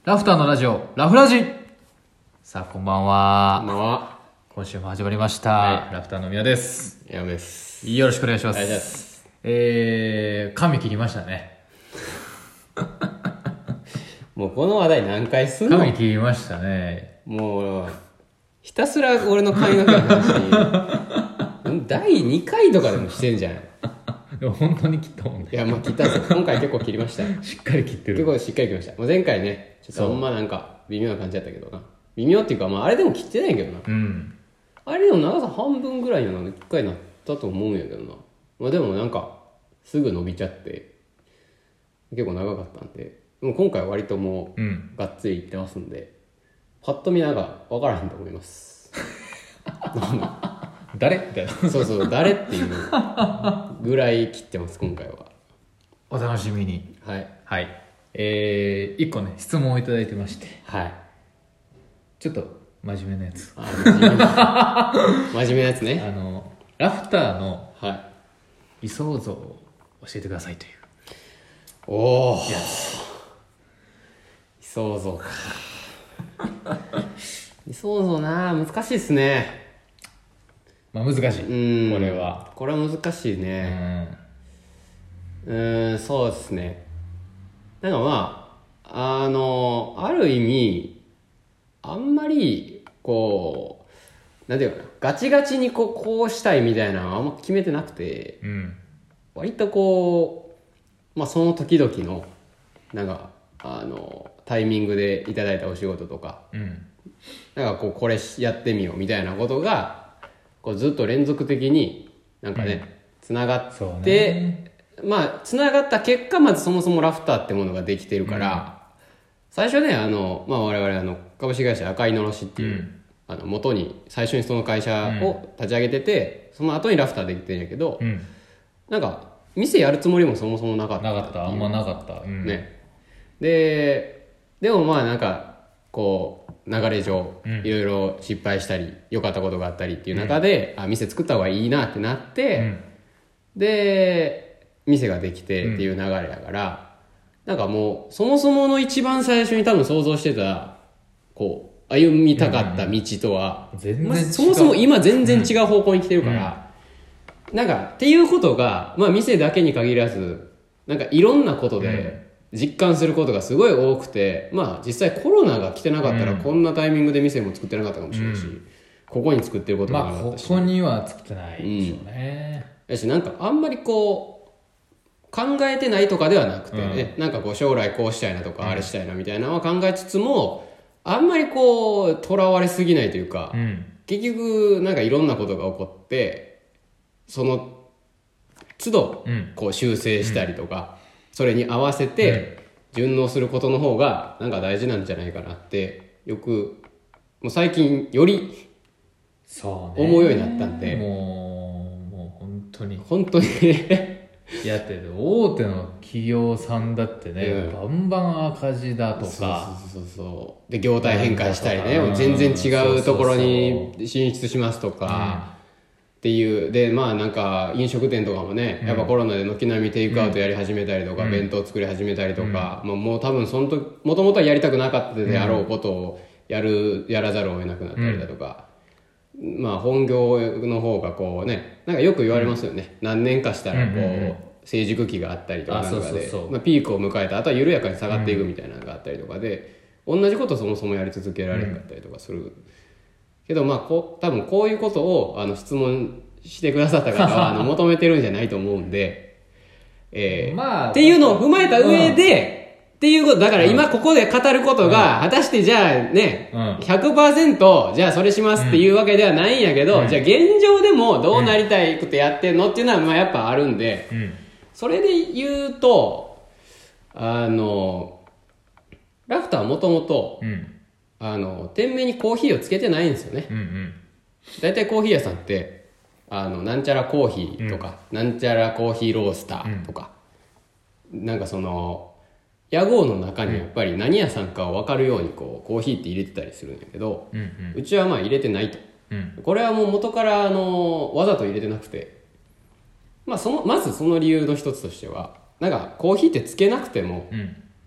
ラフターのラジオ、ラフラジ。さあ、こんばんは。 こんばんは。 今週も始まりました。 はい、 ラフターの宮です。 山です。 よろしくお願いします。 お願いします。 髪切りましたね。 もうこの話題何回すんの？ 髪切りましたね。 もう、ひたすら俺の髪の毛の話、第2回とかでもしてんじゃん。 でも本当に切ったもんね。 いや、まあ切ったんですよ。今回結構切りました。 しっかり切ってる。 結構しっかり切りました。もう前回ね、ちょっとほんまなんか微妙な感じだったけどな。微妙っていうか、まああれでも切ってないけどな。 うん。 あれでも長さ半分ぐらいには1回なったと思うんやけどな。まあでもなんか、すぐ伸びちゃって、結構長かったんで、もう今回は割ともう、がっつりいってますんで、パッと見なんか分からへんと思います。 誰みたいな。 そうそう、誰っていうぐらい切ってます、今回は。 お楽しみに。 はい。 はい。一個ね、質問をいただいてまして。 はい。 ちょっと真面目なやつ。 真面目なやつね。 ラフターのはい。 理想像を教えてくださいという。 おー。 いや理想像か。理想像な難しいっすね。 まあ難しい。これは。 これは難しいね。そうですね。なんかまあ、ある意味、あんまり、こう、なんていうかな、ガチガチにこうしたいみたいなのはあんま決めてなくて、割とこう、まあその時々の、なんか、タイミングでいただいたお仕事とか、なんかこれやってみようみたいなことが、こうずっと連続的になんかね、つながって、まあつながった結果、まずそもそもラフターってものができてるから、最初ね、まあ我々株式会社赤いのろしっていう、元に、最初にその会社を立ち上げてて、その後にラフターできてるんやけど、なんか、店やるつもりもそもそもなかった。 なかった、あんまなかった。 ね。でもまあなんか、こう、流れ上、いろいろ失敗したり、良かったことがあったりっていう中で、店作った方がいいなってなって、で、店ができてっていう流れやから、なんかもう、そもそもの一番最初に多分想像してた、こう、歩みたかった道とは、そもそも今全然違う方向に来てるから、なんか、っていうことが、まあ店だけに限らず、なんかいろんなことで実感することがすごい多くて、まあ実際コロナが来てなかったらこんなタイミングで店も作ってなかったかもしれないし、ここに作ってることもなかったし。 まあここには作ってないでしょうね。 やし、なんかあんまりこう、考えてないとかではなくてね、なんかこう将来こうしたいなとか、あれしたいなみたいなのは考えつつも、あんまりこう、囚われすぎないというか、結局なんかいろんなことが起こって、その都度こう修正したりとか、それに合わせて順応することの方がなんか大事なんじゃないかなってよくもう最近より思うようになったんで、 もう本当にねやってる大手の企業さんだってね、バンバン赤字だとか、 そうで業態変換したりね、全然違うところに進出しますとか。っていうでまあなんか飲食店とかもね、やっぱコロナで軒並みテイクアウトやり始めたりとか、弁当作り始めたりとか、まあ、もう多分もともとはやりたくなかったであろうことをやらざるを得なくなったりだとか、まあ本業の方がこうね、なんかよく言われますよね、何年かしたらこう、成熟期があったりとかなんかで、まあ、ピークを迎えたあとは緩やかに下がっていくみたいなのがあったりとかで、同じことをそもそもやり続けられなかったりとかする。けどまあ多分こういうことを質問してくださった方は求めてるんじゃないと思うんで、 まあ、 っていうのを踏まえた上で、っていうことだから今ここで語ることが果たしてじゃあね、100% じゃあそれしますっていうわけではないんやけど、じゃあ現状でもどうなりたいことやってんのっていうのはまあやっぱあるんで、それで言うとラフターはもともと店名にコーヒーをつけてないんですよね。だいたいコーヒー屋さんって、なんちゃらコーヒーとか、なんちゃらコーヒーロースターとか、なんか屋号の中にやっぱり何屋さんかを分かるようにこう、コーヒーって入れてたりするんだけど、うちはまあ入れてないと。これはもう元からわざと入れてなくて、まあまずその理由の一つとしては、なんかコーヒーってつけなくても、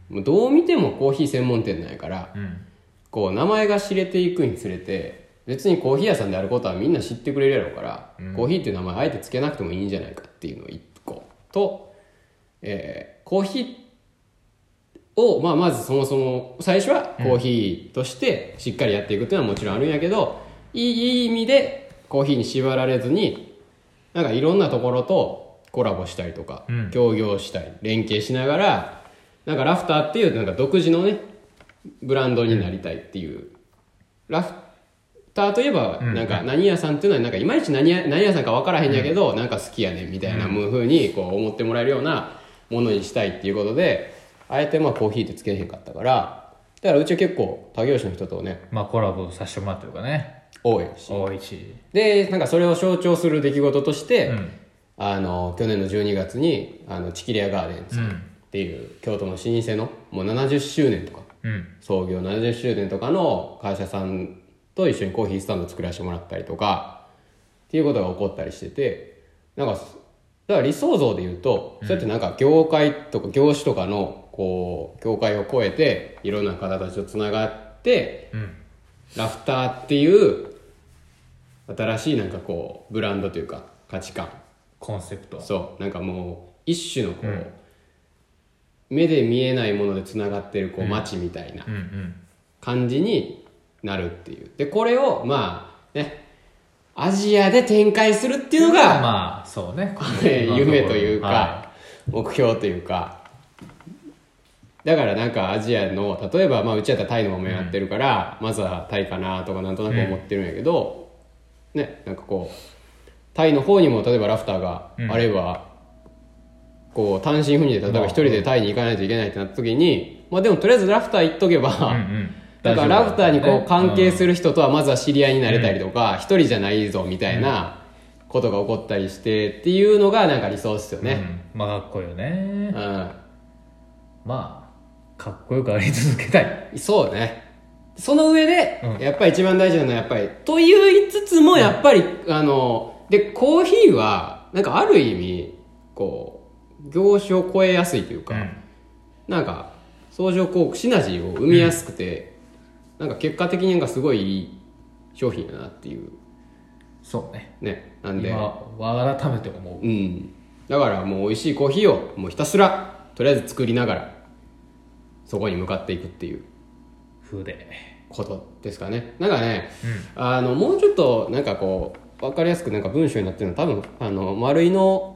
もうどう見てもコーヒー専門店なんやから、 うんこう名前が知れていくにつれて別にコーヒー屋さんであることはみんな知ってくれるやろうから、コーヒーっていう名前あえてつけなくてもいいんじゃないかっていうのを1個と、コーヒーを、まずそもそも最初はコーヒーとしてしっかりやっていくっていうのはもちろんあるんやけど、いい意味でコーヒーに縛られずになんかいろんなところとコラボしたりとか、協業したり連携しながらなんかラフターっていうなんか独自のねブランドになりたいっていう、ラフターといえばなんか何屋さんっていうのはなんかいまいち何屋さんか分からへんやけど、なんか好きやねんみたいな風にこう思ってもらえるようなものにしたいっていうことで、あえてまあコーヒーってつけへんかったから、だからうちは結構他業種の人とねまあコラボさせてもらってるからね。 多いし、 多いし。 でなんかそれを象徴する出来事として、 うん去年の12月にチキリアガーデンさんっていう京都の老舗のもう70周年とかうん創業70周年とかの会社さんと一緒にコーヒースタンド作らせてもらったりとかっていうことが起こったりしてて、なんかだから理想像で言うと、そうやってなんか業界とか業種とかのこう業界を超えていろんな方たちとつながって、ラフターっていう新しいなんかこうブランドというか価値観、 コンセプト。 そうなんかもう一種のこう、目で見えないものでつながってるこう街みたいな感じになるっていう。でこれをまあねアジアで展開するっていうのがまあそうね夢というか、 は目標というか、だからなんかアジアの例えばまあうちやったらタイのままやってるから、まずはタイかなとかなんとなく思ってるんやけど、ねなんかこうタイの方にも例えばラフターがあれば、こう単身赴任で例えば一人でタイに行かないといけないってなった時に、まあでもとりあえずラフター行っとけば、だからラフターにこう関係する人とはまずは知り合いになれたりとか、一人じゃないぞみたいなことが起こったりしてっていうのがなんか理想ですよね。 まあかっこいいよね。 うんまあかっこよくあり続けたい。 そうね。その上で、やっぱり一番大事なのはやっぱりと言いつつもやっぱり、でコーヒーはなんかある意味こう業種を超えやすいというか、なんか相乗効果シナジーを生みやすくて、なんか結果的になんかすごいいい商品だなっていうそうね。 ね。なんで今改めて思う。 だからもう美味しいコーヒーをもうひたすらとりあえず作りながらそこに向かっていくっていう風でことですかね。なんかね、もうちょっとなんかこう分かりやすくなんか文章になってるのは多分丸井の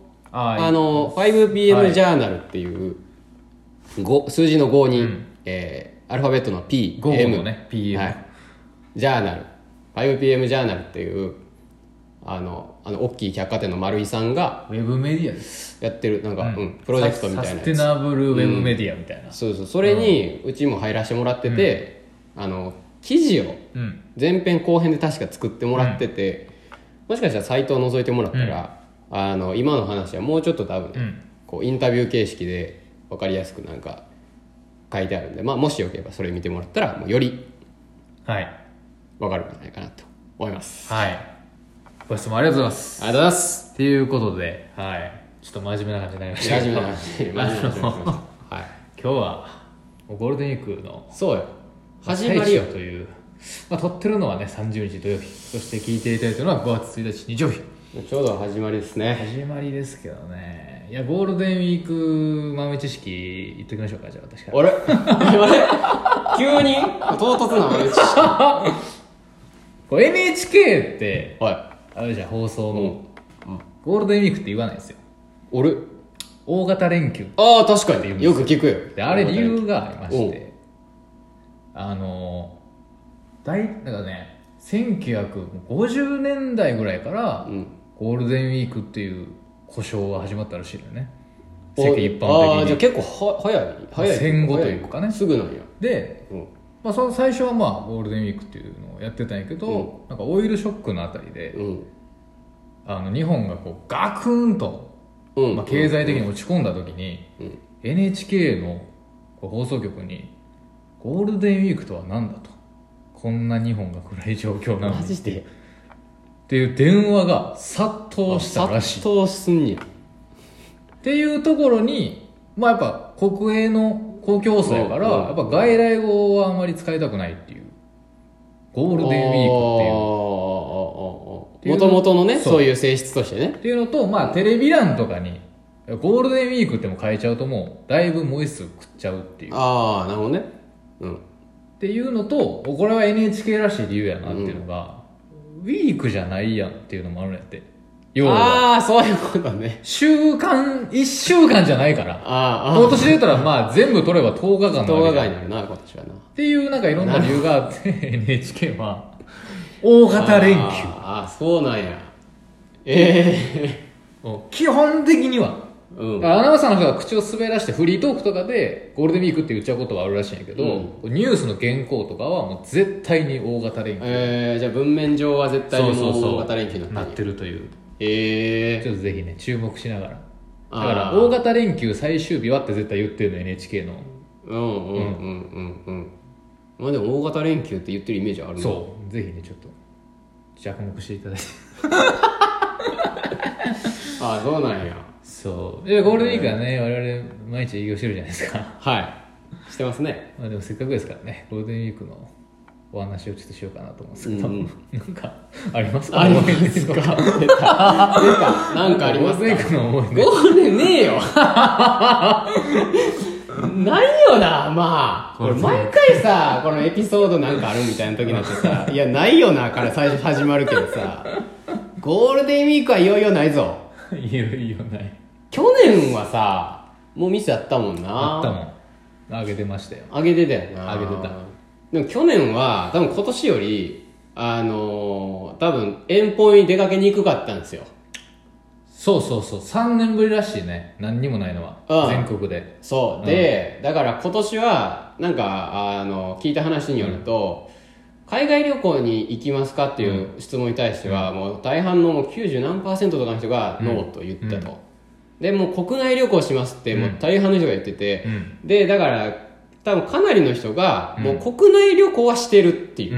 5PM ジャーナルっていう、数字の5に、アルファベットの PM のね PM、 ジャーナル 5PM ジャーナルっていう大きい百貨店の丸井さんがウェブメディアですやってるなんか、プロジェクトみたいなやつ、 サステナブルウェブメディアみたいな、 そうそれにうちも入らせてもらってて、記事を前編後編で確か作ってもらってて、もしかしたらサイトを覗いてもらったら、今の話はもうちょっと多分、こうインタビュー形式で分かりやすくなんか書いてあるんで、もしよければそれ見てもらったらもうより分かるんじゃないかなと思います。 ご質問ありがとうございます。 ありがとうございます。 っていうことで、ちょっと真面目な感じになりましたけど、 真面目な話今日はゴールデンウィークのそうよ始まりよという、撮ってるのはね30日土曜日、そして聞いていただいてるのは5月1日日曜日、 ちょうど始まりですね。 始まりですけどね。いやゴールデンウィーク豆知識言っときましょうか。じゃあ私から急に唐突な豆知識これ NHK って、 あれじゃ放送の、ゴールデンウィークって言わないんですよ。大型連休。 確かによく聞くよ。 であれ理由がありまして、なんかね1950年代ぐらいから、ゴールデンウィークっていう呼称が始まったらしいのよね、世間一般的に。 じゃあ結構早い戦後というかね、 すぐなんや。 で、その最初はゴールデンウィークっていうのをやってたんやけど、なんかオイルショックのあたりで、日本がこうガクンと、経済的に落ち込んだ時に、NHK の放送局にゴールデンウィークとは何だと、こんな日本が暗い状況なのにっていう電話が殺到したらしい。 殺到すんやっていうところにやっぱ国営の公共放送やから、やっぱ外来語はあんまり使いたくないっていう。ゴールデンウィークっていう。 もともとのね、そういう性質としてね。 っていうのと、まあテレビ欄とかに、ゴールデンウィークっても変えちゃうともう、だいぶ文字数食っちゃうっていう。 ああ、なるほどね。うん。 っていうのと、これは NHK らしい理由やなっていうのが、ウィークじゃないやんっていうのもあるんやって。 ああ、そういうことね。 1週間じゃないから。今年で言ったらまあ全部取れば10日間なわけ10日間になるな、今年はな。 っていうなんかいろんな理由があって、NHK は、大型連休。 ああ、そうなんや。 基本的には。アナウンサーの人が口を滑らしてフリートークとかでゴールデンウィークって言っちゃうことはあるらしいんやけど、ニュースの原稿とかはもう絶対に大型連休。 じゃあ文面上は絶対にもう大型連休になってるという。ちょっとぜひね注目しながら。だから大型連休最終日はって絶対言ってるの NHK の。 まあでも大型連休って言ってるイメージあるね。 そうぜひねちょっと着目していただいて。 ああそうなんや。 そうでゴールデンウィークはね我々毎日営業してるじゃないですか。 はいしてますね。 まあでもせっかくですからねゴールデンウィークのお話をちょっとしようかなと思うんですけど、なんかありますか？ ありますか？出たなんかありますか？ゴールデンウィークの思い出。ゴールデンねえよ。ないよな。まあこれ毎回さこのエピソードなんかあるみたいな時になってさいやないよなから最初始まるけどさゴールデンウィークはいよいよないぞ。 いよいよない。 去年はさもう店あったもんな。 あったもん。あげてましたよ。 あげてたよな。 あげてた。 でも去年は多分今年より多分遠方に出かけにくかったんですよ。 そう3年ぶりらしいね。何にもないのは、全国で。 そうで、だから今年はなんか聞いた話によると、海外旅行に行きますかっていう質問に対しては、もう大半のもう90何%とかの人がノーと言ったと、でもう国内旅行しますってもう大半の人が言ってて、でだから多分かなりの人がもう国内旅行はしてるっていう、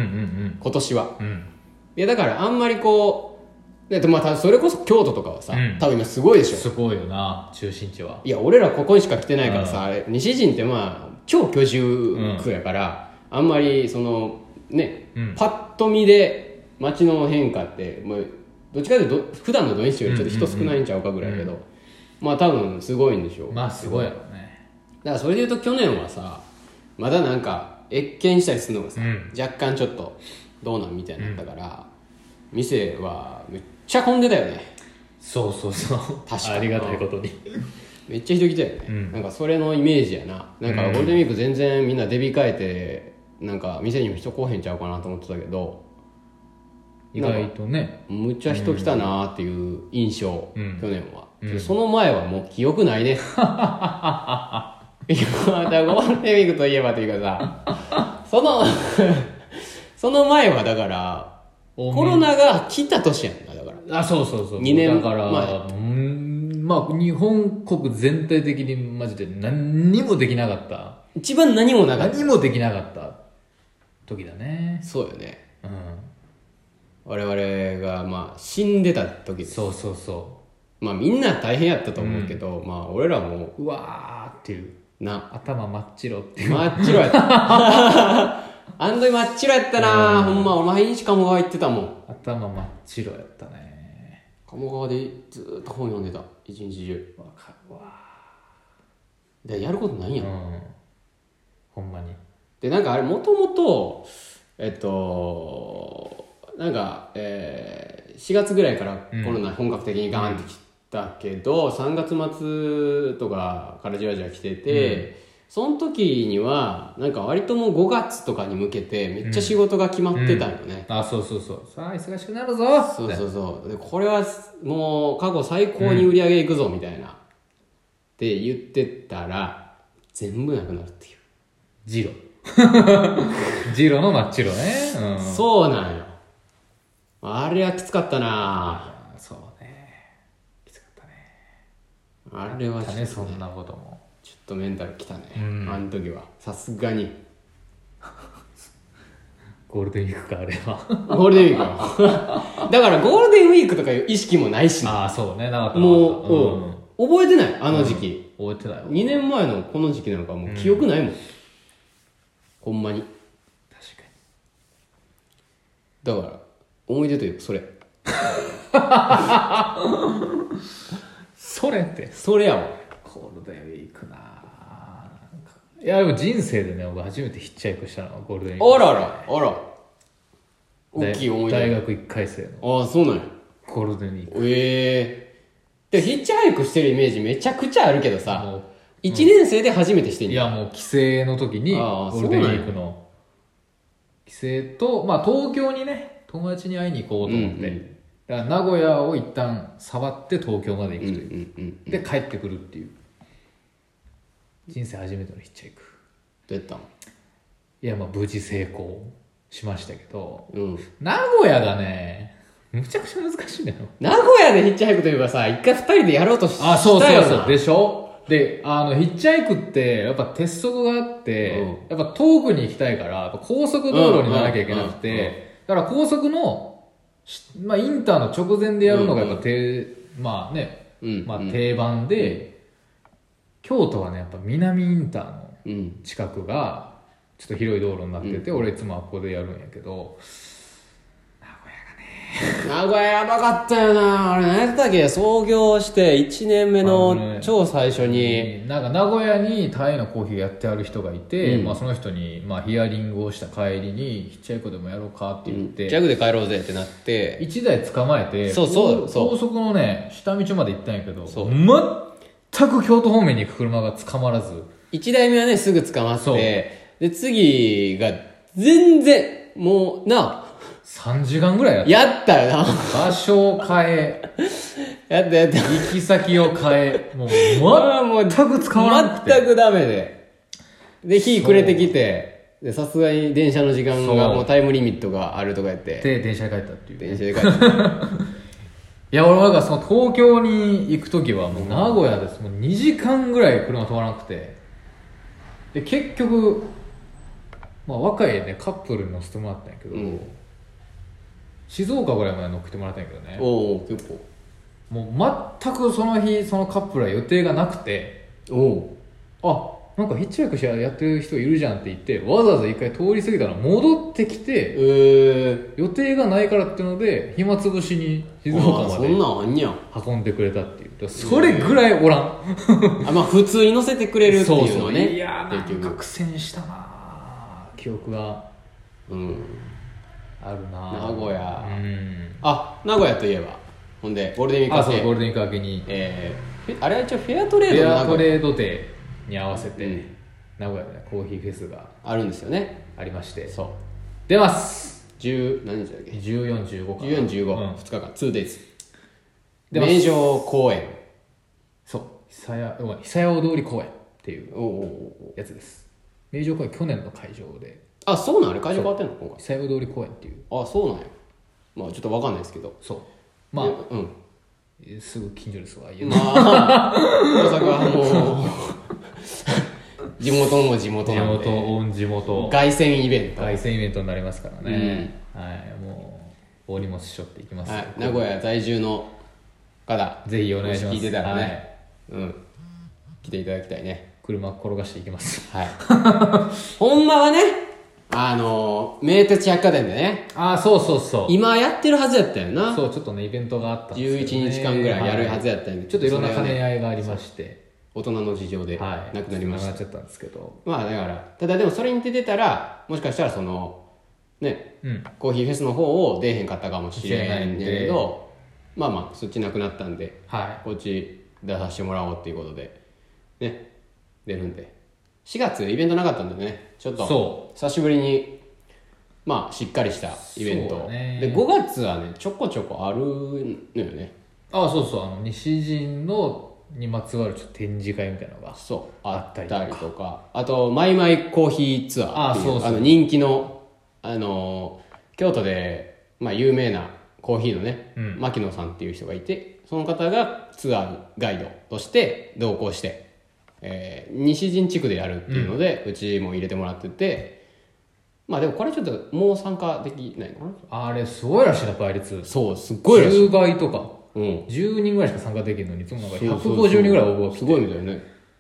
今年は、いやだからあんまりこうでまあそれこそ京都とかはさ、多分今すごいでしょ。 すごいよな中心地は。 いや俺らここにしか来てないからさ、西陣ってまあ超居住区やから、あんまりそのね、パッと見で街の変化ってもうどっちかというと普段の土日よりちょっと人少ないんちゃうかぐらいやけど、まあ多分すごいんでしょう。 まあすごいやろね。 だからそれでいうと去年はさまだなんか越見したりするのがさ、若干ちょっとどうなんみたいになったから、店はめっちゃ混んでたよね。 そう確かにありがたいことにめっちゃ人来たよね、なんかそれのイメージやな。なんかゴールデンウィーク全然みんな出控えてなんか店にも人来へんちゃうかなと思ってたけど意外とねむっちゃ人来たなーっていう印象、去年は、その前はもう記憶ないね。いやまたゴールデンウィークといえばというかさその前はだからコロナが来た年やんな。だからそう 2年だからまあ日本国全体的にマジで何にもできなかった。 一番何もなかった。 何もできなかった時だね。 そうよね。我々がまあ死んでた時です。 そうまあみんな大変やったと思うけど、まあ俺らもうわーっていうな頭真っ白っていう真っ白やったあん時真っ白やったな、ほんま毎日鴨川行ってたもん。 頭真っ白やったね。 鴨川でずーっと本読んでた一日中。 わかるわ。 でやることないやん、 ほんまに。 でなんかあれもともとなんか、4月ぐらいからコロナ本格的にガーンってきたけど、3月末とかからじわじわ来てて、その時にはなんか割ともう5月とかに向けてめっちゃ仕事が決まってたんよね、 そうさあ忙しくなるぞ。 そうでこれはもう過去最高に売り上げいくぞみたいな、って言ってたら全部なくなるっていう。 ジロの真っ白ね、 そうなんよ。あれはきつかったな。 そうねきつかったね。 あれはちょっと、ね、 そんなこともちょっとメンタルきたね、あの時はさすがにゴールデンウィークかあれはゴールデンウィークはだからゴールデンウィークとかいう意識もないし、 そうねなかったもう、覚えてないあの時期、 覚えてないわ。 2年前のこの時期なんかもう記憶ないもん、ほんまに。 確かだから思い出というかそれそれってそれやわ。 ゴールデンウィークな。いやでも人生でね、僕初めてヒッチハイクしたのはゴールデンウィーク。 あららあら、大きい思い出。 大学1回生のああそうなんや。 ゴールデンウィーク。 でヒッチハイクしてるイメージめちゃくちゃあるけどさ、 もう 1年生で初めてしてんいねん。 やもう帰省の時にあーゴールデンウィークの帰省と、まあ東京にね友達に会いに行こうと思って、 うんうんだから名古屋を一旦触って東京まで行くという、 うんうんうん。 で帰ってくるっていう人生初めてのヒッチハイク。 どうやったん？ いやまあ無事成功しましたけど、 名名古屋がねむちゃくちゃ難しいんだよ。 古屋でヒッチハイクといえばさ、一回2人でやろうとしたよな。 そうそうそうでしょ。でヒッチハイクってやっぱ鉄則があって、やっぱ遠くに行きたいからやっぱ高速道路にならなきゃいけなくて、だから高速のまあ、インターの直前でやるのがやっぱまあね、まあ定番で、京都はねやっぱ南インターの近くがちょっと広い道路になってて、俺いつもあここでやるんやけど、 名古屋やばかったよな。あれ何やったっけ、創業して1年目の超最初に、 なんか名古屋にタイのコーヒーやってある人がいて、まあその人にまあヒアリングをした帰りにヒッチハイクでもやろうかって言って、 ジャグで帰ろうぜってなって 1台捕まえて、 そう高速のね下道まで行ったんやけど、全く京都方面に行く車が捕まらず、 1台目はねすぐ捕まって、で次が全然もうな 3時間ぐらいやったよな。 場所を変えやった行き先を変え、もう全く捕まらなくて、 全くダメで日暮れてきて、でさすがに電車の時間がもうタイムリミットがあるとかやってで電車で帰ったっていう。 電車で帰っていや俺なんかその東京に行く時はもう名古屋です、もう2時間ぐらい車止まらなくて、で結局まあ若いねカップルに乗せてもらったんやけど、静岡ぐらいまで乗っけてもらったんやけどね、 おお結構もう全くその日そのカップルは予定がなくて、なんかヒッチハイクやってる人いるじゃんって言ってわざわざ一回通り過ぎたら戻ってきて、予定がないからっていうので暇つぶしに静岡までそんなんあんにゃ運んでくれたっていう、それぐらいおらんまあ普通に乗せてくれるっていうのはね。 いやーなんか苦戦したな記憶があるな。 名古屋、名古屋といえばほんでゴールデンウィークそうゴールデンウィーク明けに、 あれは一応フェアトレードフェアトレードデーに合わせて、名古屋でコーヒーフェスがあるんですよね。 ありまして、 そう出ます 10何日だっけ、 1415か 1415、2日間 2days 名城公園、 そう久屋大通公園っていうやつです。名城公園去年の会場で、 そうなんあれ会場変わってんの今回。 久屋大通公園っていう、 そうなんや。まあちょっと分かんないですけど、 そうまあすぐ近所ですわ。 大阪はもう地元も地元なんで地元凱旋イベントになりますからね、もう大荷物しょっていきます、 名古屋在住の方ぜひお願いします。 聞いてたらね、来ていただきたいね。 車転がしていきます。 ほんまはね名鉄百貨店でね、 そう今やってるはずやったよな。 そうちょっとねイベントがあったんですけど、 11日間ぐらいやるはずやったんで、 ちょっといろんな兼ね合いがありまして、 大人の事情でなくなりました。 なくなっちゃったんですけど、 だからただでもそれに出てたらもしかしたらそのね、コーヒーフェスの方を出えへんかったかもしれないんだけど、まあそっちなくなったんで、こっち出させてもらおうっていうことでね出るんで、4月イベントなかったんでね、ちょっと久しぶりにしっかりしたイベント、で5月はねちょこちょこあるのよね。 西陣にまつわるちょっと展示会みたいなのがあったりとか、あとマイマイコーヒーツアーっていう人気の京都で有名なコーヒーのね、牧野さんっていう人がいて、その方がツアーガイドとして同行して、西陣地区でやるっていうので、うちも入れてもらってて、でもこれちょっともう参加できないのかな。 あれすごいらしいな倍率。 そうすっごい 10倍とか、10人ぐらいしか参加できるのにいつもなんか150人ぐらい応募が来て、 すごいみたいね。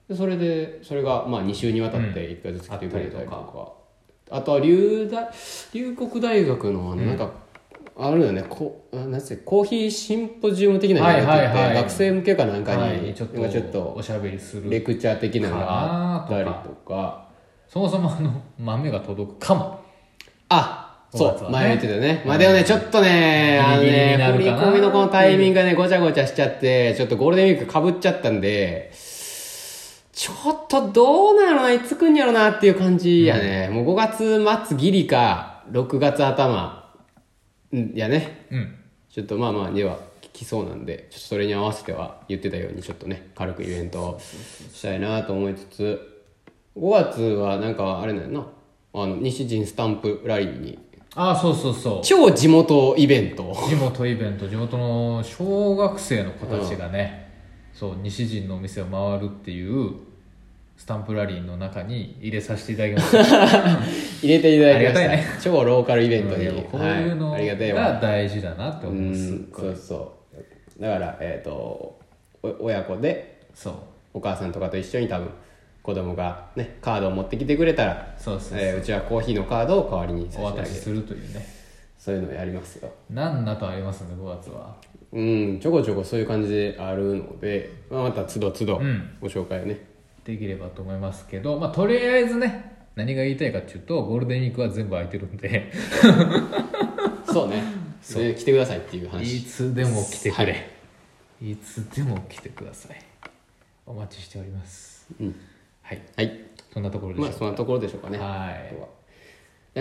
でそれがまあ2週にわたって1回ずつ来てくれたりとか、あとは龍谷大学のなんか、あるよね、なんつってコーヒーシンポジウム的なのやってて、学生向けかなんかにちょっとおしゃべりするレクチャー的なのがあったりとか、 そもそも豆が届くかも。 そう前言ってたね。まあでもねちょっとね振り込みのこのタイミングがねごちゃごちゃしちゃって、ちょっとゴールデンウィークかぶっちゃったんで、ちょっとどうなのいつ来んやろなっていう感じやね。もう5月末ギリか6月頭やね。ちょっとまあでは来そうなんで、ちょっとそれに合わせては言ってたようにちょっとね軽くイベントをしたいなと思いつつ、5月はなんかあれなんやな、西陣スタンプラリーにそう超地元イベント地元の小学生の子たちがね、そう西陣のお店を回るっていうスタンプラリーの中に入れさせていただきました入れていただきました。 ありがたいね、 超ローカルイベントに、 こういうのが大事だなって思います。 そうだから親子でお母さんとかと一緒に多分子供がねカードを持ってきてくれたら、うちはコーヒーのカードを代わりにさせてあげる、 お渡しするというね、 そういうのをやりますよ。 なんなとありますね5月は。 ちょこちょこそういう感じであるので、また都度ご紹介をね、 できればと思いますけど、とりあえずね何が言いたいかっていうと、ゴールデンウィークは全部空いてるんでそうね、来てくださいっていう話。 いつでも来てくれ、いつでも来てください。お待ちしております。はい、そんなところでしょうか。 そんなところでしょうかね。 はい。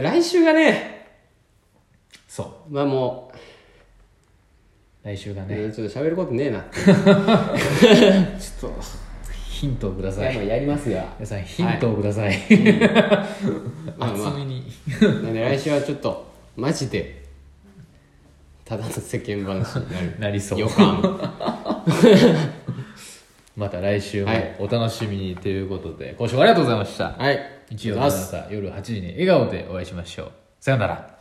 来週がね、もう来週がね、 ちょっと喋ることねえなってちょっとヒントをください。 やりますが、 皆さんヒントをください。厚めに。 来週はちょっとマジでただの世間話になりそう。 予感。 また来週もお楽しみにということで、今週もありがとうございました。 はい。 日曜日の朝夜8時に笑顔でお会いしましょう。さよなら。